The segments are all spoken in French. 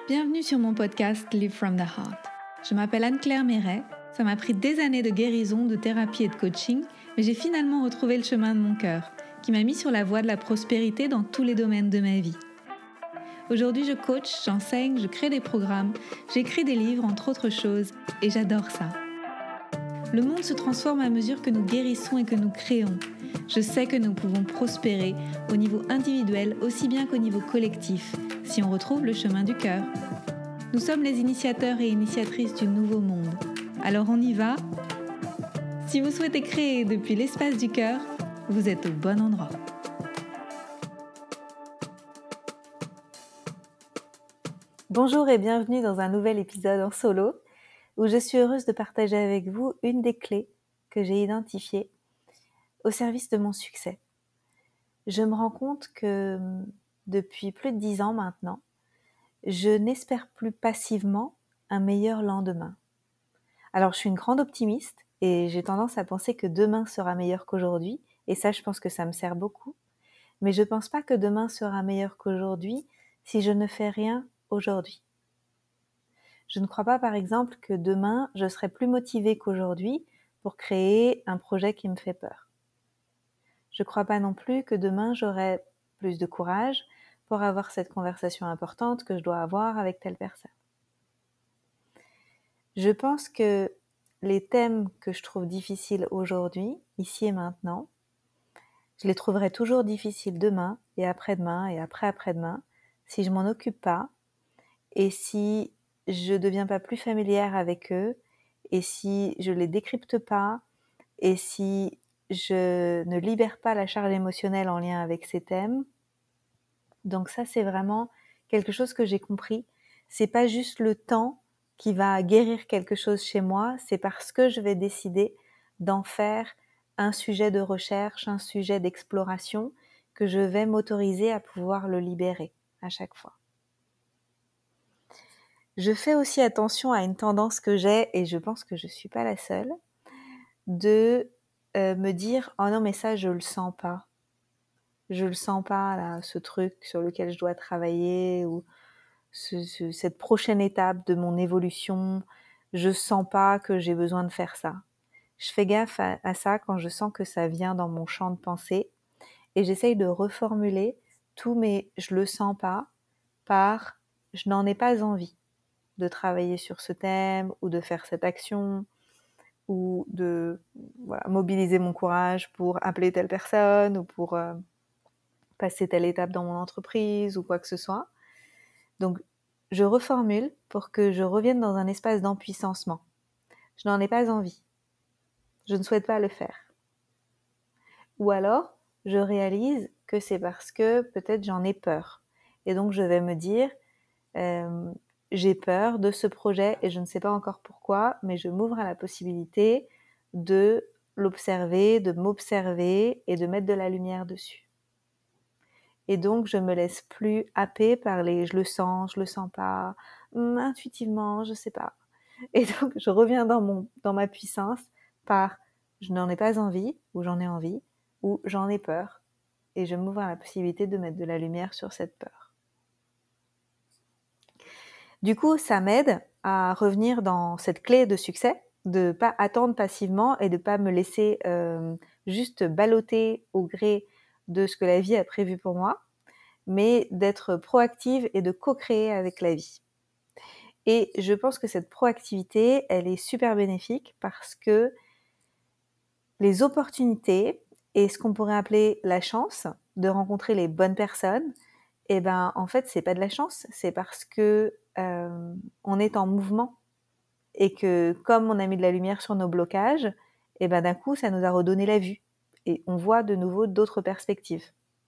Bienvenue sur mon podcast Live from the Heart. Je m'appelle Anne-Claire Méret. Ça m'a pris des années de guérison, de thérapie et de coaching, mais j'ai finalement retrouvé le chemin de mon cœur, qui m'a mis sur la voie de la prospérité dans tous les domaines de ma vie. Aujourd'hui, je coach, j'enseigne, je crée des programmes, j'écris des livres, entre autres choses, et j'adore ça. Le monde se transforme à mesure que nous guérissons et que nous créons. Je sais que nous pouvons prospérer au niveau individuel aussi bien qu'au niveau collectif, si on retrouve le chemin du cœur. Nous sommes les initiateurs et initiatrices du nouveau monde. Alors on y va ? Si vous souhaitez créer depuis l'espace du cœur, vous êtes au bon endroit. Bonjour et bienvenue dans un nouvel épisode en solo où je suis heureuse de partager avec vous une des clés que j'ai identifiées au service de mon succès. Je me rends compte que depuis plus de 10 ans maintenant, je n'espère plus passivement un meilleur lendemain. Alors je suis une grande optimiste et j'ai tendance à penser que demain sera meilleur qu'aujourd'hui, et ça je pense que ça me sert beaucoup, mais je ne pense pas que demain sera meilleur qu'aujourd'hui si je ne fais rien aujourd'hui. Je ne crois pas par exemple que demain je serai plus motivée qu'aujourd'hui pour créer un projet qui me fait peur. Je ne crois pas non plus que demain j'aurai plus de courage pour avoir cette conversation importante que je dois avoir avec telle personne. Je pense que les thèmes que je trouve difficiles aujourd'hui, ici et maintenant, je les trouverai toujours difficiles demain et après-demain et après-après-demain si je m'en occupe pas et si je deviens pas plus familière avec eux et si je les décrypte pas et si je ne libère pas la charge émotionnelle en lien avec ces thèmes. Donc ça, c'est vraiment quelque chose que j'ai compris. C'est pas juste le temps qui va guérir quelque chose chez moi, c'est parce que je vais décider d'en faire un sujet de recherche, un sujet d'exploration, que je vais m'autoriser à pouvoir le libérer à chaque fois. Je fais aussi attention à une tendance que j'ai, et je pense que je suis pas la seule, de me dire « Oh non, mais ça, je le sens pas. Je le sens pas, là, ce truc sur lequel je dois travailler, ou cette prochaine étape de mon évolution, je sens pas que j'ai besoin de faire ça. » Je fais gaffe à ça quand je sens que ça vient dans mon champ de pensée et j'essaye de reformuler tous mes « je le sens pas » par « je n'en ai pas envie de travailler sur ce thème ou de faire cette action ou de mobiliser mon courage pour appeler telle personne ou pour passer telle étape dans mon entreprise ou quoi que ce soit. » Donc, je reformule pour que je revienne dans un espace d'empuissancement. Je n'en ai pas envie. Je ne souhaite pas le faire. Ou alors, je réalise que c'est parce que peut-être j'en ai peur. Et donc, je vais me dire, j'ai peur de ce projet et je ne sais pas encore pourquoi, mais je m'ouvre à la possibilité de l'observer, de m'observer et de mettre de la lumière dessus. Et donc, je me laisse plus happer par les « je le sens pas », intuitivement, je sais pas. Et donc, je reviens dans ma puissance par « je n'en ai pas envie » ou « j'en ai envie » ou « j'en ai peur ». Et je m'ouvre à la possibilité de mettre de la lumière sur cette peur. Du coup, ça m'aide à revenir dans cette clé de succès, de pas attendre passivement et de pas me laisser juste balloter au gré de ce que la vie a prévu pour moi, mais d'être proactive et de co-créer avec la vie. Et je pense que cette proactivité, elle est super bénéfique parce que les opportunités et ce qu'on pourrait appeler la chance de rencontrer les bonnes personnes, en fait, c'est pas de la chance, c'est parce que on est en mouvement et que comme on a mis de la lumière sur nos blocages, d'un coup, ça nous a redonné la vue et on voit de nouveau d'autres perspectives.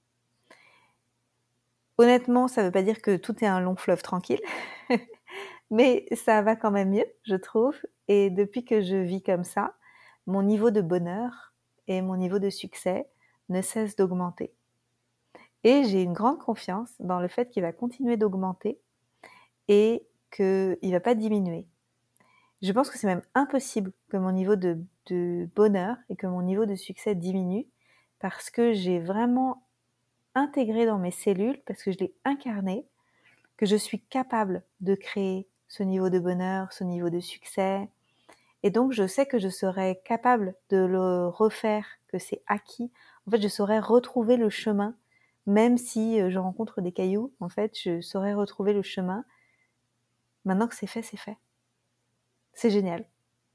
Honnêtement, ça veut pas dire que tout est un long fleuve tranquille, mais ça va quand même mieux, je trouve. Et depuis que je vis comme ça, mon niveau de bonheur et mon niveau de succès ne cessent d'augmenter. Et j'ai une grande confiance dans le fait qu'il va continuer d'augmenter et qu'il ne va pas diminuer. Je pense que c'est même impossible que mon niveau de bonheur et que mon niveau de succès diminue parce que j'ai vraiment intégré dans mes cellules, parce que je l'ai incarné, que je suis capable de créer ce niveau de bonheur, ce niveau de succès. Et donc, je sais que je serai capable de le refaire, que c'est acquis. En fait, je saurais retrouver le chemin, même si je rencontre des cailloux. En fait, je saurais retrouver le chemin. Maintenant que c'est fait, c'est fait. C'est génial.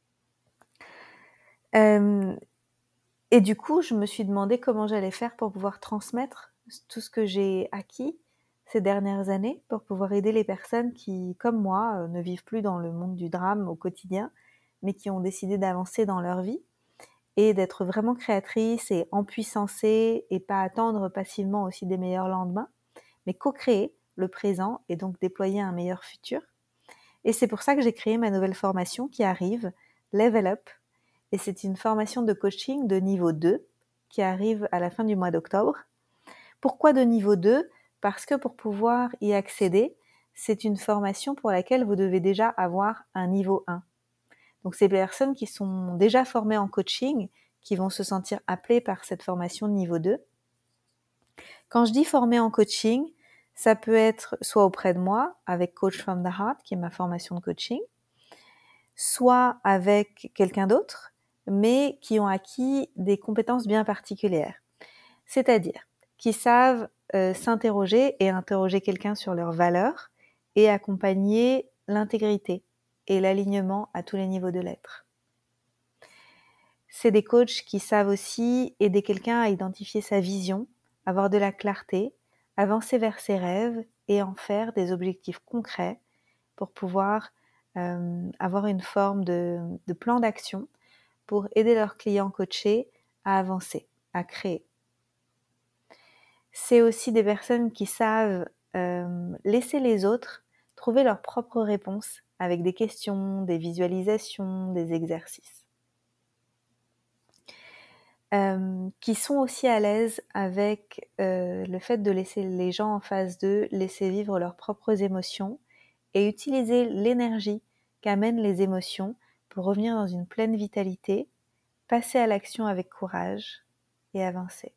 Et du coup, je me suis demandé comment j'allais faire pour pouvoir transmettre tout ce que j'ai acquis ces dernières années, pour pouvoir aider les personnes qui, comme moi, ne vivent plus dans le monde du drame au quotidien, mais qui ont décidé d'avancer dans leur vie et d'être vraiment créatrices et empuissancées et pas attendre passivement aussi des meilleurs lendemains, mais co-créer le présent et donc déployer un meilleur futur. Et c'est pour ça que j'ai créé ma nouvelle formation qui arrive, Level Up. Et c'est une formation de coaching de niveau 2 qui arrive à la fin du mois d'octobre. Pourquoi de niveau 2 ? Parce que pour pouvoir y accéder, c'est une formation pour laquelle vous devez déjà avoir un niveau 1. Donc c'est les personnes qui sont déjà formées en coaching qui vont se sentir appelées par cette formation de niveau 2. Quand je dis formée en coaching, ça peut être soit auprès de moi, avec Coach from the Heart, qui est ma formation de coaching, soit avec quelqu'un d'autre, mais qui ont acquis des compétences bien particulières. C'est-à-dire qui savent s'interroger et interroger quelqu'un sur leurs valeurs et accompagner l'intégrité et l'alignement à tous les niveaux de l'être. C'est des coachs qui savent aussi aider quelqu'un à identifier sa vision, avoir de la clarté, avancer vers ses rêves et en faire des objectifs concrets pour pouvoir avoir une forme de plan d'action pour aider leurs clients coachés à avancer, à créer. C'est aussi des personnes qui savent laisser les autres trouver leurs propres réponses avec des questions, des visualisations, des exercices. Qui sont aussi à l'aise avec le fait de laisser les gens en face d'eux laisser vivre leurs propres émotions et utiliser l'énergie qu'amènent les émotions pour revenir dans une pleine vitalité, passer à l'action avec courage et avancer.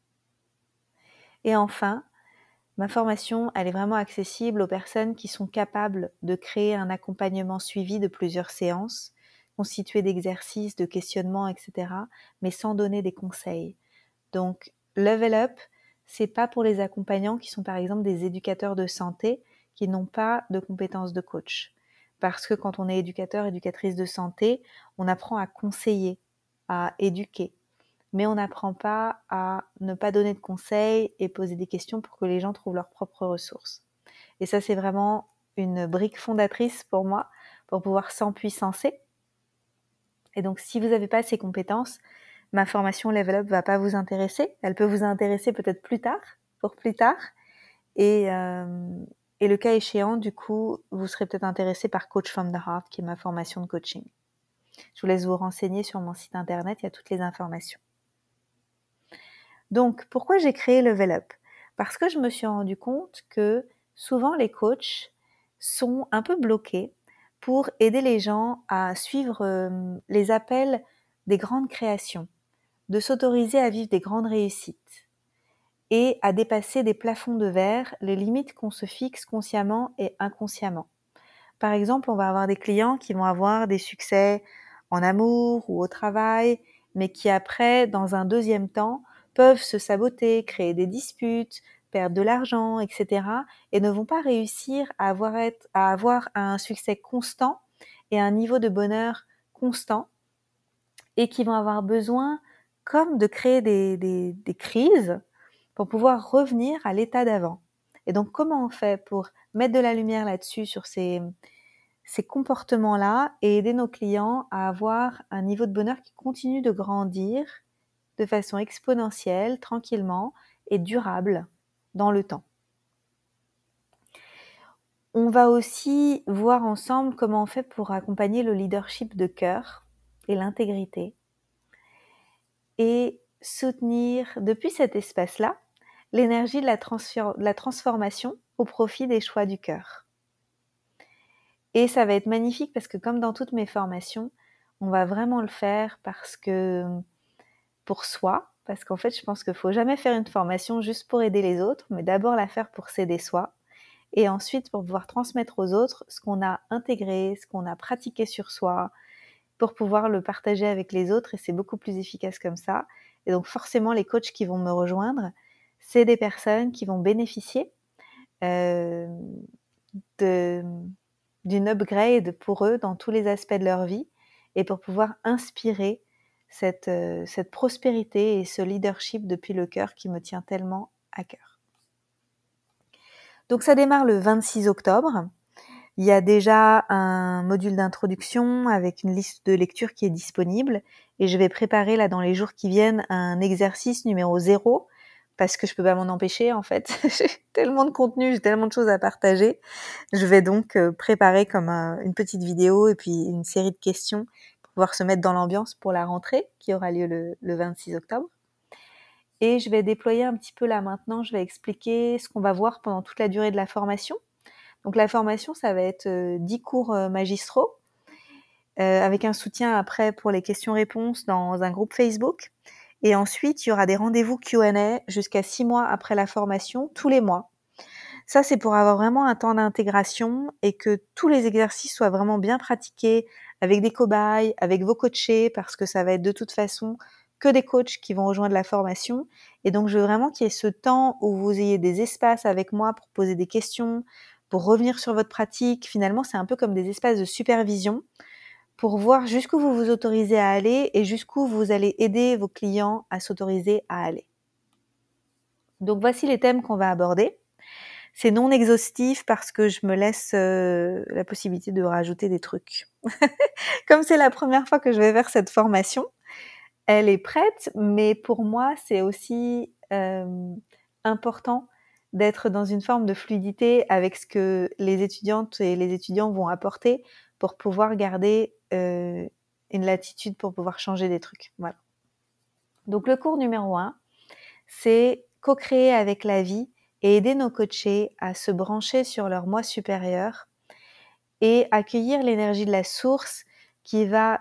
Et enfin, ma formation, elle est vraiment accessible aux personnes qui sont capables de créer un accompagnement suivi de plusieurs séances, constitué d'exercices, de questionnements, etc., mais sans donner des conseils. Donc, Level Up, c'est pas pour les accompagnants qui sont par exemple des éducateurs de santé qui n'ont pas de compétences de coach. Parce que quand on est éducateur, éducatrice de santé, on apprend à conseiller, à éduquer. Mais on n'apprend pas à ne pas donner de conseils et poser des questions pour que les gens trouvent leurs propres ressources. Et ça, c'est vraiment une brique fondatrice pour moi, pour pouvoir s'empuissancer. Et donc, si vous n'avez pas ces compétences, ma formation Level Up va pas vous intéresser. Elle peut vous intéresser peut-être plus tard, pour plus tard. Et le cas échéant, du coup, vous serez peut-être intéressé par Coach from the Heart, qui est ma formation de coaching. Je vous laisse vous renseigner sur mon site internet, il y a toutes les informations. Donc, pourquoi j'ai créé Level Up ? Parce que je me suis rendu compte que souvent les coachs sont un peu bloqués pour aider les gens à suivre les appels des grandes créations, de s'autoriser à vivre des grandes réussites et à dépasser des plafonds de verre, les limites qu'on se fixe consciemment et inconsciemment. Par exemple, on va avoir des clients qui vont avoir des succès en amour ou au travail, mais qui après, dans un deuxième temps, peuvent se saboter, créer des disputes, perdre de l'argent, etc. et ne vont pas réussir à avoir un succès constant et un niveau de bonheur constant et qui vont avoir besoin comme de créer des crises pour pouvoir revenir à l'état d'avant. Et donc, comment on fait pour mettre de la lumière là-dessus, sur ces comportements-là et aider nos clients à avoir un niveau de bonheur qui continue de grandir de façon exponentielle, tranquillement et durable dans le temps. On va aussi voir ensemble comment on fait pour accompagner le leadership de cœur et l'intégrité et soutenir depuis cet espace-là l'énergie de la transformation au profit des choix du cœur. Et ça va être magnifique parce que comme dans toutes mes formations, on va vraiment le faire parce que pour soi, parce qu'en fait, je pense qu'il ne faut jamais faire une formation juste pour aider les autres, mais d'abord la faire pour s'aider soi. et ensuite pour pouvoir transmettre aux autres ce qu'on a intégré, ce qu'on a pratiqué sur soi, pour pouvoir le partager avec les autres, et c'est beaucoup plus efficace comme ça. Et donc forcément, les coachs qui vont me rejoindre, c'est des personnes qui vont bénéficier euh, d'une upgrade pour eux dans tous les aspects de leur vie, et pour pouvoir inspirer cette prospérité et ce leadership depuis le cœur qui me tient tellement à cœur. Donc ça démarre le 26 octobre. Il y a déjà un module d'introduction avec une liste de lecture qui est disponible, et je vais préparer là dans les jours qui viennent un exercice numéro 0, parce que je peux pas m'en empêcher en fait. J'ai tellement de contenu, j'ai tellement de choses à partager. Je vais donc préparer comme une petite vidéo et puis une série de questions pour pouvoir se mettre dans l'ambiance pour la rentrée qui aura lieu le 26 octobre. Et je vais déployer un petit peu là maintenant, je vais expliquer ce qu'on va voir pendant toute la durée de la formation. Donc la formation, ça va être 10 cours magistraux, avec un soutien après pour les questions-réponses dans un groupe Facebook. Et ensuite, il y aura des rendez-vous Q&A jusqu'à 6 mois après la formation, tous les mois. Ça, c'est pour avoir vraiment un temps d'intégration et que tous les exercices soient vraiment bien pratiqués avec des cobayes, avec vos coachés, parce que ça va être de toute façon que des coachs qui vont rejoindre la formation. Et donc, je veux vraiment qu'il y ait ce temps où vous ayez des espaces avec moi pour poser des questions, pour revenir sur votre pratique. Finalement, c'est un peu comme des espaces de supervision pour voir jusqu'où vous vous autorisez à aller et jusqu'où vous allez aider vos clients à s'autoriser à aller. Donc, voici les thèmes qu'on va aborder. C'est non exhaustif parce que je me laisse la possibilité de rajouter des trucs. Comme c'est la première fois que je vais faire cette formation, elle est prête, mais pour moi, c'est aussi important d'être dans une forme de fluidité avec ce que les étudiantes et les étudiants vont apporter pour pouvoir garder une latitude pour pouvoir changer des trucs. Voilà. Donc le cours numéro 1, c'est co-créer avec la vie et aider nos coachés à se brancher sur leur moi supérieur et accueillir l'énergie de la source qui va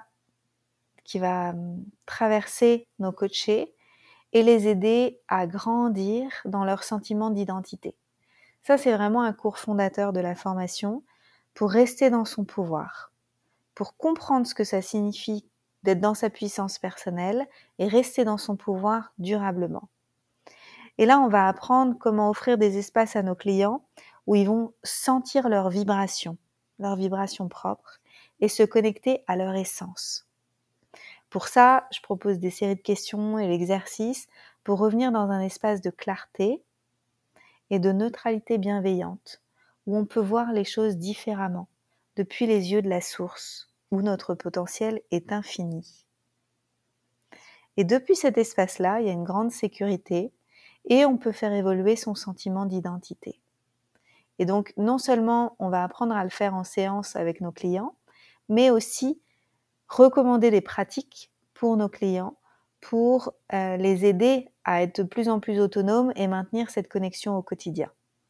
traverser nos coachés et les aider à grandir dans leur sentiment d'identité. Ça, c'est vraiment un cours fondateur de la formation pour rester dans son pouvoir, pour comprendre ce que ça signifie d'être dans sa puissance personnelle et rester dans son pouvoir durablement. Et là, on va apprendre comment offrir des espaces à nos clients où ils vont sentir leur vibration propre, et se connecter à leur essence. Pour ça, je propose des séries de questions et l'exercice pour revenir dans un espace de clarté et de neutralité bienveillante, où on peut voir les choses différemment, depuis les yeux de la source, où notre potentiel est infini. Et depuis cet espace-là, il y a une grande sécurité et on peut faire évoluer son sentiment d'identité. Et donc, non seulement on va apprendre à le faire en séance avec nos clients, mais aussi recommander des pratiques pour nos clients pour les aider à être de plus en plus autonomes et maintenir cette connexion au quotidien.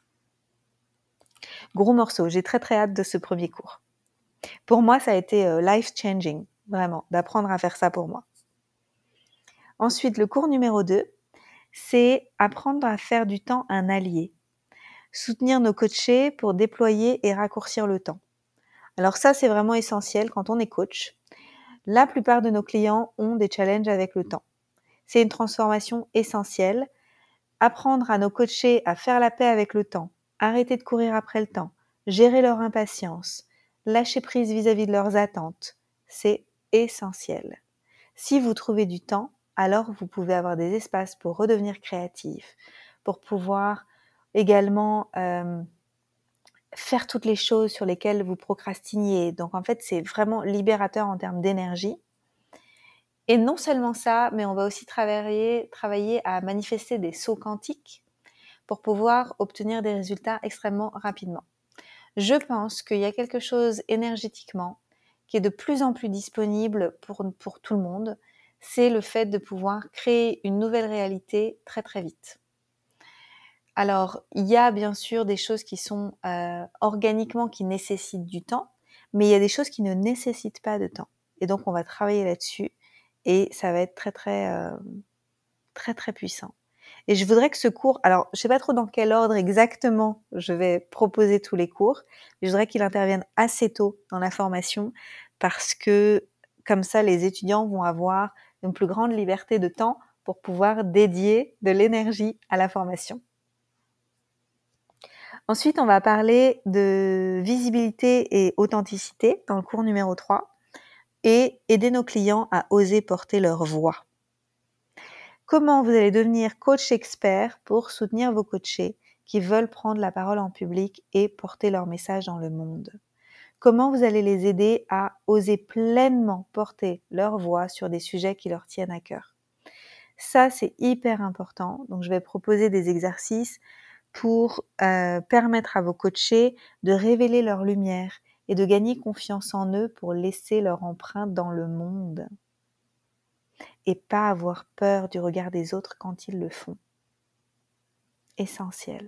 Gros morceau, j'ai très très hâte de ce premier cours. Pour moi, ça a été life-changing, vraiment, d'apprendre à faire ça pour moi. Ensuite, le cours numéro 2, c'est apprendre à faire du temps un allié. Soutenir nos coachés pour déployer et raccourcir le temps. Alors ça, c'est vraiment essentiel quand on est coach. La plupart de nos clients ont des challenges avec le temps. C'est une transformation essentielle. Apprendre à nos coachés à faire la paix avec le temps, arrêter de courir après le temps, gérer leur impatience, lâcher prise vis-à-vis de leurs attentes, c'est essentiel. Si vous trouvez du temps, alors vous pouvez avoir des espaces pour redevenir créatif, pour pouvoir également faire toutes les choses sur lesquelles vous procrastiniez. Donc en fait, c'est vraiment libérateur en termes d'énergie. Et non seulement ça, mais on va aussi travailler à manifester des sauts quantiques pour pouvoir obtenir des résultats extrêmement rapidement. Je pense qu'il y a quelque chose énergétiquement qui est de plus en plus disponible pour tout le monde, c'est le fait de pouvoir créer une nouvelle réalité très très vite. Alors, il y a bien sûr des choses qui sont organiquement qui nécessitent du temps, mais il y a des choses qui ne nécessitent pas de temps. Et donc, on va travailler là-dessus et ça va être très très très très puissant. Et je voudrais que ce cours, alors je sais pas trop dans quel ordre exactement je vais proposer tous les cours, mais je voudrais qu'il intervienne assez tôt dans la formation parce que comme ça les étudiants vont avoir une plus grande liberté de temps pour pouvoir dédier de l'énergie à la formation. Ensuite, on va parler de visibilité et authenticité dans le cours numéro 3 et aider nos clients à oser porter leur voix. Comment vous allez devenir coach expert pour soutenir vos coachés qui veulent prendre la parole en public et porter leur message dans le monde? Comment vous allez les aider à oser pleinement porter leur voix sur des sujets qui leur tiennent à cœur? Ça, c'est hyper important. Donc, je vais proposer des exercices pour permettre à vos coachés de révéler leur lumière et de gagner confiance en eux pour laisser leur empreinte dans le monde et pas avoir peur du regard des autres quand ils le font. Essentiel.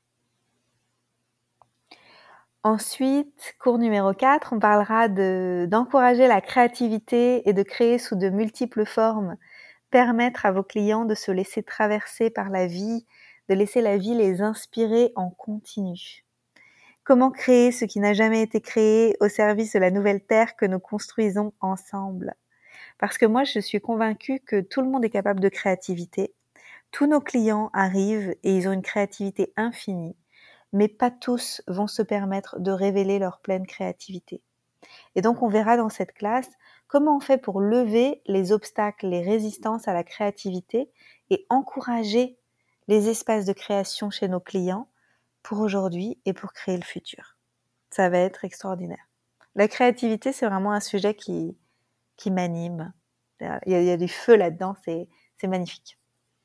Ensuite, cours numéro 4, on parlera d'encourager la créativité et de créer sous de multiples formes, permettre à vos clients de se laisser traverser par la vie, de laisser la vie les inspirer en continu. Comment créer ce qui n'a jamais été créé au service de la nouvelle terre que nous construisons ensemble? Parce que moi, je suis convaincue que tout le monde est capable de créativité. Tous nos clients arrivent et ils ont une créativité infinie, mais pas tous vont se permettre de révéler leur pleine créativité. Et donc, on verra dans cette classe comment on fait pour lever les obstacles, les résistances à la créativité et encourager les espaces de création chez nos clients pour aujourd'hui et pour créer le futur. Ça va être extraordinaire. La créativité, c'est vraiment un sujet qui m'anime. Il y a du feu là-dedans, c'est magnifique.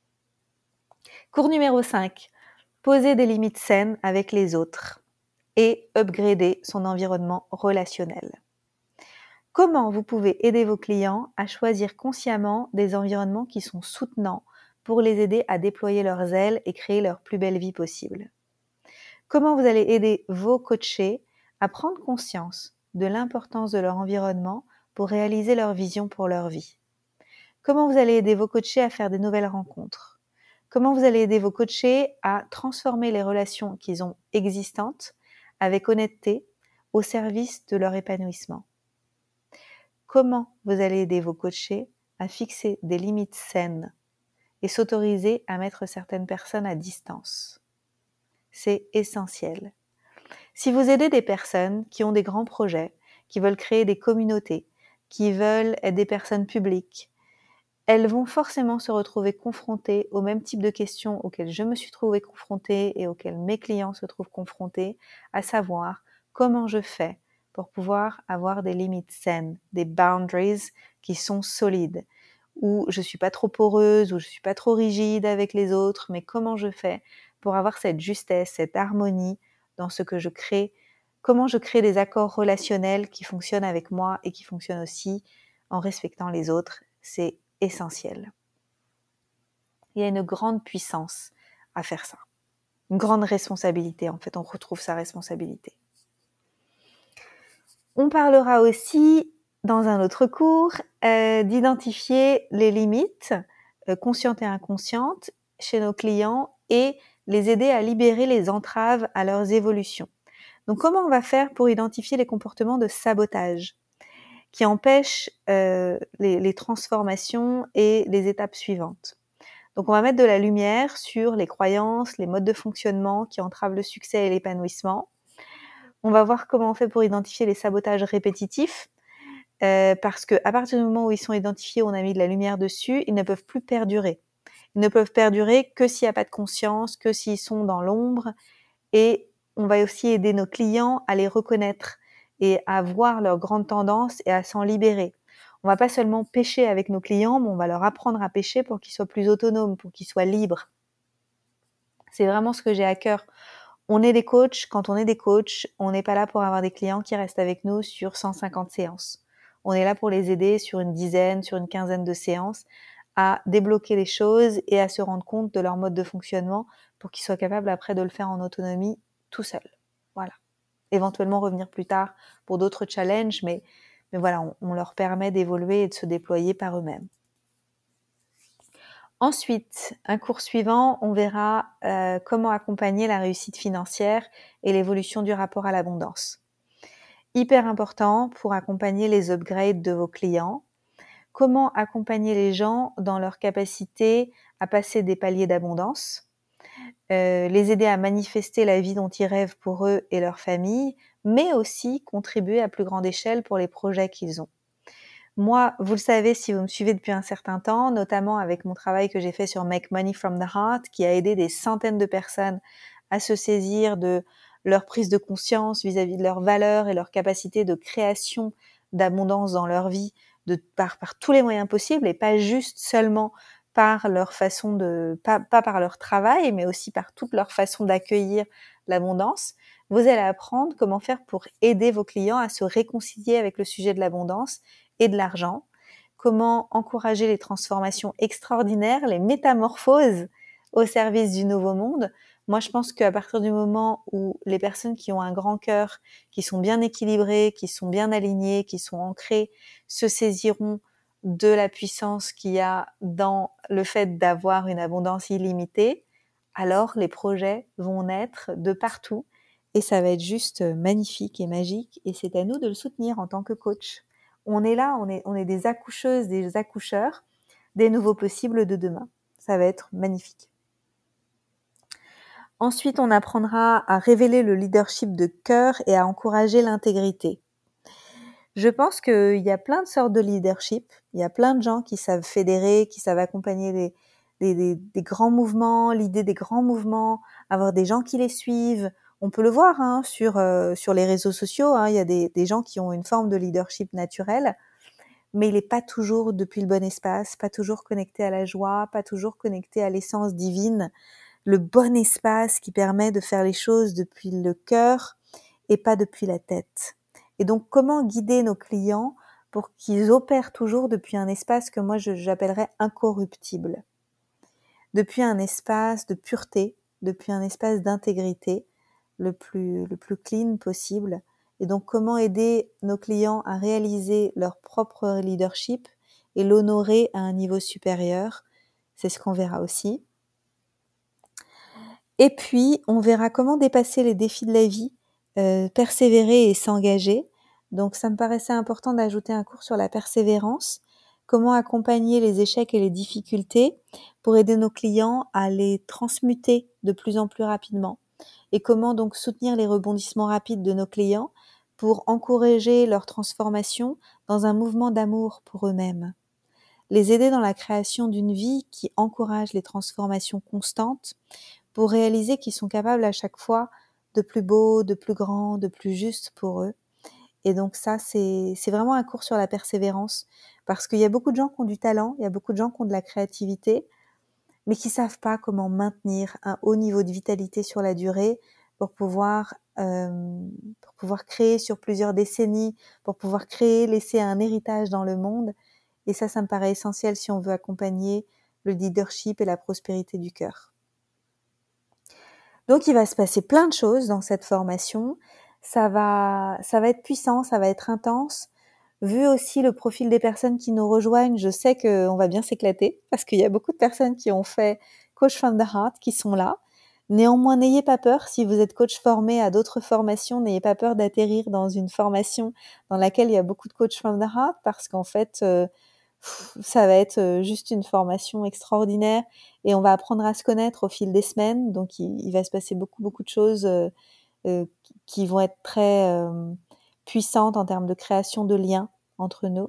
Cours numéro 5. Poser des limites saines avec les autres et upgrader son environnement relationnel. Comment vous pouvez aider vos clients à choisir consciemment des environnements qui sont soutenants pour les aider à déployer leurs ailes et créer leur plus belle vie possible? Comment vous allez aider vos coachés à prendre conscience de l'importance de leur environnement pour réaliser leur vision pour leur vie? Comment vous allez aider vos coachés à faire des nouvelles rencontres? Comment vous allez aider vos coachés à transformer les relations qu'ils ont existantes avec honnêteté au service de leur épanouissement? Comment vous allez aider vos coachés à fixer des limites saines et s'autoriser à mettre certaines personnes à distance? C'est essentiel. Si vous aidez des personnes qui ont des grands projets, qui veulent créer des communautés, qui veulent être des personnes publiques, elles vont forcément se retrouver confrontées au même type de questions auxquelles je me suis trouvée confrontée et auxquelles mes clients se trouvent confrontés, à savoir comment je fais pour pouvoir avoir des limites saines, des boundaries qui sont solides, où je suis pas trop poreuse, où je suis pas trop rigide avec les autres, mais comment je fais pour avoir cette justesse, cette harmonie dans ce que je crée, comment je crée des accords relationnels qui fonctionnent avec moi et qui fonctionnent aussi en respectant les autres, c'est essentiel. Il y a une grande puissance à faire ça, une grande responsabilité, en fait, on retrouve sa responsabilité. On parlera aussi, dans un autre cours, d'identifier les limites conscientes et inconscientes chez nos clients et les aider à libérer les entraves à leurs évolutions. Donc, comment on va faire pour identifier les comportements de sabotage qui empêchent les transformations et les étapes suivantes? Donc, on va mettre de la lumière sur les croyances, les modes de fonctionnement qui entravent le succès et l'épanouissement. On va voir comment on fait pour identifier les sabotages répétitifs, parce qu'à partir du moment où ils sont identifiés, on a mis de la lumière dessus, ils ne peuvent plus perdurer. Ils ne peuvent perdurer que s'il n'y a pas de conscience, que s'ils sont dans l'ombre. Et on va aussi aider nos clients à les reconnaître et à voir leurs grandes tendances et à s'en libérer. On va pas seulement pêcher avec nos clients, mais on va leur apprendre à pêcher pour qu'ils soient plus autonomes, pour qu'ils soient libres. C'est vraiment ce que j'ai à cœur. On est des coachs, quand on est des coachs, on n'est pas là pour avoir des clients qui restent avec nous sur 150 séances. On est là pour les aider sur une dizaine, sur une quinzaine de séances à débloquer les choses et à se rendre compte de leur mode de fonctionnement pour qu'ils soient capables après de le faire en autonomie tout seuls. Voilà. Éventuellement revenir plus tard pour d'autres challenges, mais voilà, on leur permet d'évoluer et de se déployer par eux-mêmes. Ensuite, un cours suivant, on verra comment accompagner la réussite financière et l'évolution du rapport à l'abondance. Hyper important pour accompagner les upgrades de vos clients. Comment accompagner les gens dans leur capacité à passer des paliers d'abondance, les aider à manifester la vie dont ils rêvent pour eux et leur famille, mais aussi contribuer à plus grande échelle pour les projets qu'ils ont. Moi, vous le savez si vous me suivez depuis un certain temps, notamment avec mon travail que j'ai fait sur Make Money from the Heart, qui a aidé des centaines de personnes à se saisir de leur prise de conscience vis-à-vis de leurs valeurs et leur capacité de création d'abondance dans leur vie par tous les moyens possibles et pas juste seulement par leur façon pas par leur travail, mais aussi par toute leur façon d'accueillir l'abondance. Vous allez apprendre comment faire pour aider vos clients à se réconcilier avec le sujet de l'abondance et de l'argent, comment encourager les transformations extraordinaires, les métamorphoses au service du nouveau monde. Moi, je pense qu'à partir du moment où les personnes qui ont un grand cœur, qui sont bien équilibrées, qui sont bien alignées, qui sont ancrées, se saisiront de la puissance qu'il y a dans le fait d'avoir une abondance illimitée, alors les projets vont naître de partout et ça va être juste magnifique et magique et c'est à nous de le soutenir en tant que coach. On est là, on est des accoucheuses, des accoucheurs, des nouveaux possibles de demain. Ça va être magnifique. Ensuite, on apprendra à révéler le leadership de cœur et à encourager l'intégrité. Je pense qu'il y a plein de sortes de leadership. Il y a plein de gens qui savent fédérer, qui savent accompagner des grands mouvements, l'idée des grands mouvements, avoir des gens qui les suivent. On peut le voir sur les réseaux sociaux. Il y a des gens qui ont une forme de leadership naturel, mais il n'est pas toujours depuis le bon espace, pas toujours connecté à la joie, pas toujours connecté à l'essence divine, le bon espace qui permet de faire les choses depuis le cœur et pas depuis la tête. Et donc, comment guider nos clients pour qu'ils opèrent toujours depuis un espace que moi j'appellerais incorruptible, depuis un espace de pureté, depuis un espace d'intégrité le plus clean possible. Et donc, comment aider nos clients à réaliser leur propre leadership et l'honorer à un niveau supérieur. C'est ce qu'on verra aussi. Et puis, on verra comment dépasser les défis de la vie, persévérer et s'engager. Donc, ça me paraissait important d'ajouter un cours sur la persévérance, comment accompagner les échecs et les difficultés pour aider nos clients à les transmuter de plus en plus rapidement. Et comment donc soutenir les rebondissements rapides de nos clients pour encourager leur transformation dans un mouvement d'amour pour eux-mêmes. Les aider dans la création d'une vie qui encourage les transformations constantes pour réaliser qu'ils sont capables à chaque fois de plus beau, de plus grand, de plus juste pour eux. Et donc ça, c'est vraiment un cours sur la persévérance parce qu'il y a beaucoup de gens qui ont du talent, il y a beaucoup de gens qui ont de la créativité, mais qui savent pas comment maintenir un haut niveau de vitalité sur la durée pour pouvoir créer sur plusieurs décennies, pour pouvoir créer, laisser un héritage dans le monde. Et ça me paraît essentiel si on veut accompagner le leadership et la prospérité du cœur. Donc, il va se passer plein de choses dans cette formation. Ça va être puissant, ça va être intense. Vu aussi le profil des personnes qui nous rejoignent, je sais qu'on va bien s'éclater parce qu'il y a beaucoup de personnes qui ont fait Coach from the Heart qui sont là. Néanmoins, n'ayez pas peur. Si vous êtes coach formé à d'autres formations, n'ayez pas peur d'atterrir dans une formation dans laquelle il y a beaucoup de Coach from the Heart parce qu'en fait, ça va être juste une formation extraordinaire et on va apprendre à se connaître au fil des semaines. Donc, il va se passer beaucoup de choses qui vont être très puissantes en termes de création de liens entre nous.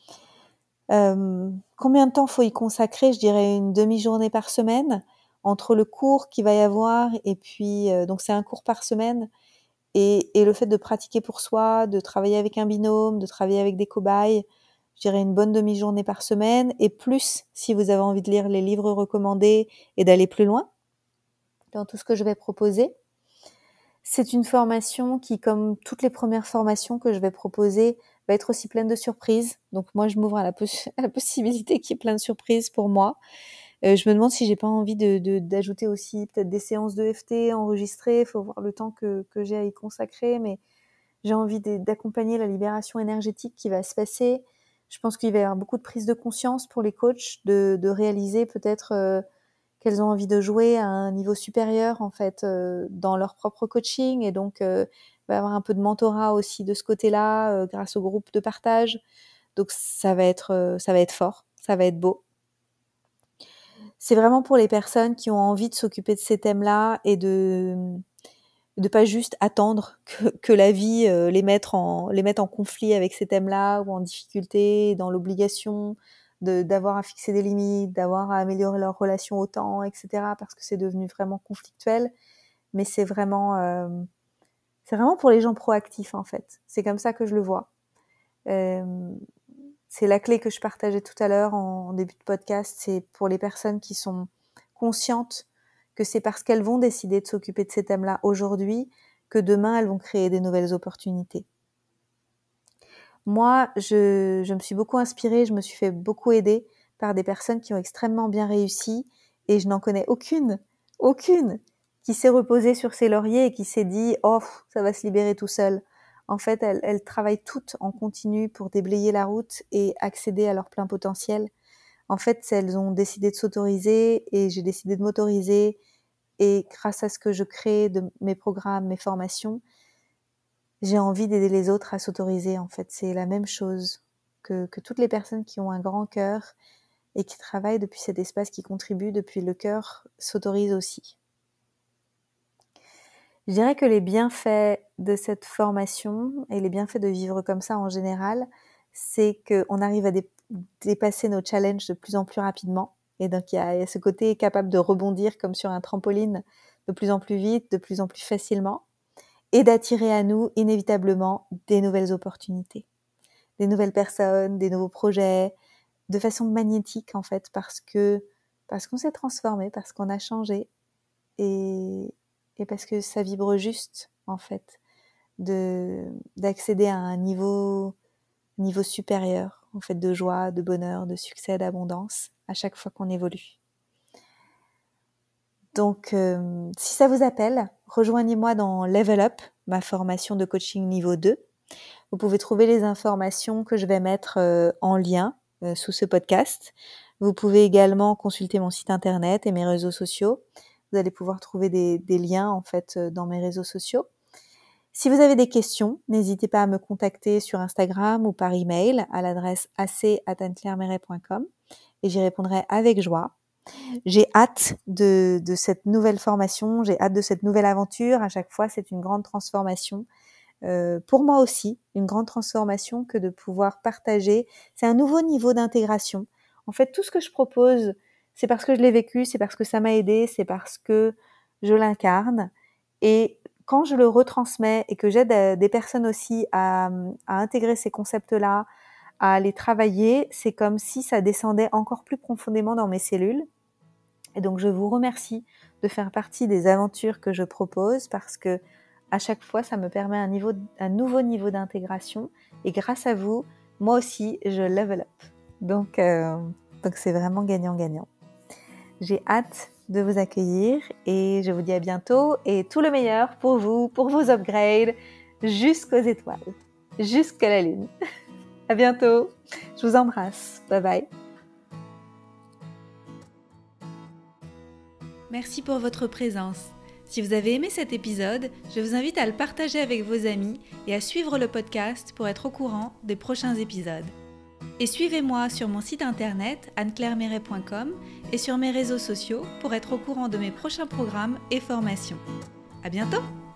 Combien de temps faut y consacrer? Je dirais une demi-journée par semaine entre le cours qu'il va y avoir et puis donc c'est un cours par semaine et le fait de pratiquer pour soi, de travailler avec un binôme, de travailler avec des cobayes. Je dirais une bonne demi-journée par semaine et plus si vous avez envie de lire les livres recommandés et d'aller plus loin dans tout ce que je vais proposer. C'est une formation qui, comme toutes les premières formations que je vais proposer, va être aussi pleine de surprises. Donc moi, je m'ouvre à la possibilité qu'il y ait plein de surprises pour moi. Je me demande si j'ai pas envie d'ajouter aussi peut-être des séances de d'EFT enregistrées. Il faut voir le temps que j'ai à y consacrer, mais j'ai envie d'accompagner la libération énergétique qui va se passer. Je pense qu'il va y avoir beaucoup de prise de conscience pour les coachs de réaliser peut-être qu'elles ont envie de jouer à un niveau supérieur en fait dans leur propre coaching, et donc il va y avoir un peu de mentorat aussi de ce côté-là grâce au groupe de partage. Donc ça va être fort, ça va être beau. C'est vraiment pour les personnes qui ont envie de s'occuper de ces thèmes-là et de pas juste attendre que la vie les mette en conflit avec ces thèmes-là, ou en difficulté, dans l'obligation d'avoir à fixer des limites, d'avoir à améliorer leur relation au temps, etc., parce que c'est devenu vraiment conflictuel. Mais c'est vraiment pour les gens proactifs en fait. C'est comme ça que je le vois. C'est la clé que je partageais tout à l'heure en début de podcast. C'est pour les personnes qui sont conscientes que c'est parce qu'elles vont décider de s'occuper de ces thèmes-là aujourd'hui que demain, elles vont créer des nouvelles opportunités. Moi, je me suis beaucoup inspirée, je me suis fait beaucoup aider par des personnes qui ont extrêmement bien réussi, et je n'en connais aucune qui s'est reposée sur ses lauriers et qui s'est dit « Oh, ça va se libérer tout seul ». En fait, elles travaillent toutes en continu pour déblayer la route et accéder à leur plein potentiel. En fait, elles ont décidé de s'autoriser et j'ai décidé de m'autoriser, et grâce à ce que je crée de mes programmes, mes formations, j'ai envie d'aider les autres à s'autoriser. En fait, c'est la même chose que toutes les personnes qui ont un grand cœur et qui travaillent depuis cet espace, qui contribuent depuis le cœur, s'autorisent aussi. Je dirais que les bienfaits de cette formation et les bienfaits de vivre comme ça en général, c'est qu'on arrive à dépasser nos challenges de plus en plus rapidement. Et donc, il y a ce côté capable de rebondir comme sur un trampoline de plus en plus vite, de plus en plus facilement, et d'attirer à nous inévitablement des nouvelles opportunités, des nouvelles personnes, des nouveaux projets, de façon magnétique en fait, parce qu'on s'est transformé, parce qu'on a changé, et parce que ça vibre juste en fait, d'accéder à un niveau supérieur en fait, de joie, de bonheur, de succès, d'abondance à chaque fois qu'on évolue. Donc, si ça vous appelle, rejoignez-moi dans Level Up, ma formation de coaching niveau 2. Vous pouvez trouver les informations que je vais mettre en lien sous ce podcast. Vous pouvez également consulter mon site internet et mes réseaux sociaux. Vous allez pouvoir trouver des liens en fait dans mes réseaux sociaux. Si vous avez des questions, n'hésitez pas à me contacter sur Instagram ou par email à l'adresse ac@anneclairemeret.com et j'y répondrai avec joie. J'ai hâte de cette nouvelle formation, j'ai hâte de cette nouvelle aventure. À chaque fois, c'est une grande transformation. Pour moi aussi, une grande transformation que de pouvoir partager. C'est un nouveau niveau d'intégration. En fait, tout ce que je propose, c'est parce que je l'ai vécu, c'est parce que ça m'a aidé, c'est parce que je l'incarne. Et quand je le retransmets et que j'aide des personnes aussi à intégrer ces concepts-là, à les travailler, c'est comme si ça descendait encore plus profondément dans mes cellules. Et donc, je vous remercie de faire partie des aventures que je propose, parce que à chaque fois, ça me permet un nouveau niveau d'intégration. Et grâce à vous, moi aussi, je level up. Donc c'est vraiment gagnant-gagnant. J'ai hâte de vous accueillir et je vous dis à bientôt, et tout le meilleur pour vous, pour vos upgrades, jusqu'aux étoiles, jusqu'à la lune. À bientôt. Je vous embrasse. Bye bye. Merci pour votre présence. Si vous avez aimé cet épisode, je vous invite à le partager avec vos amis et à suivre le podcast pour être au courant des prochains épisodes. Et suivez-moi sur mon site internet anneclairemeret.com et sur mes réseaux sociaux pour être au courant de mes prochains programmes et formations. À bientôt!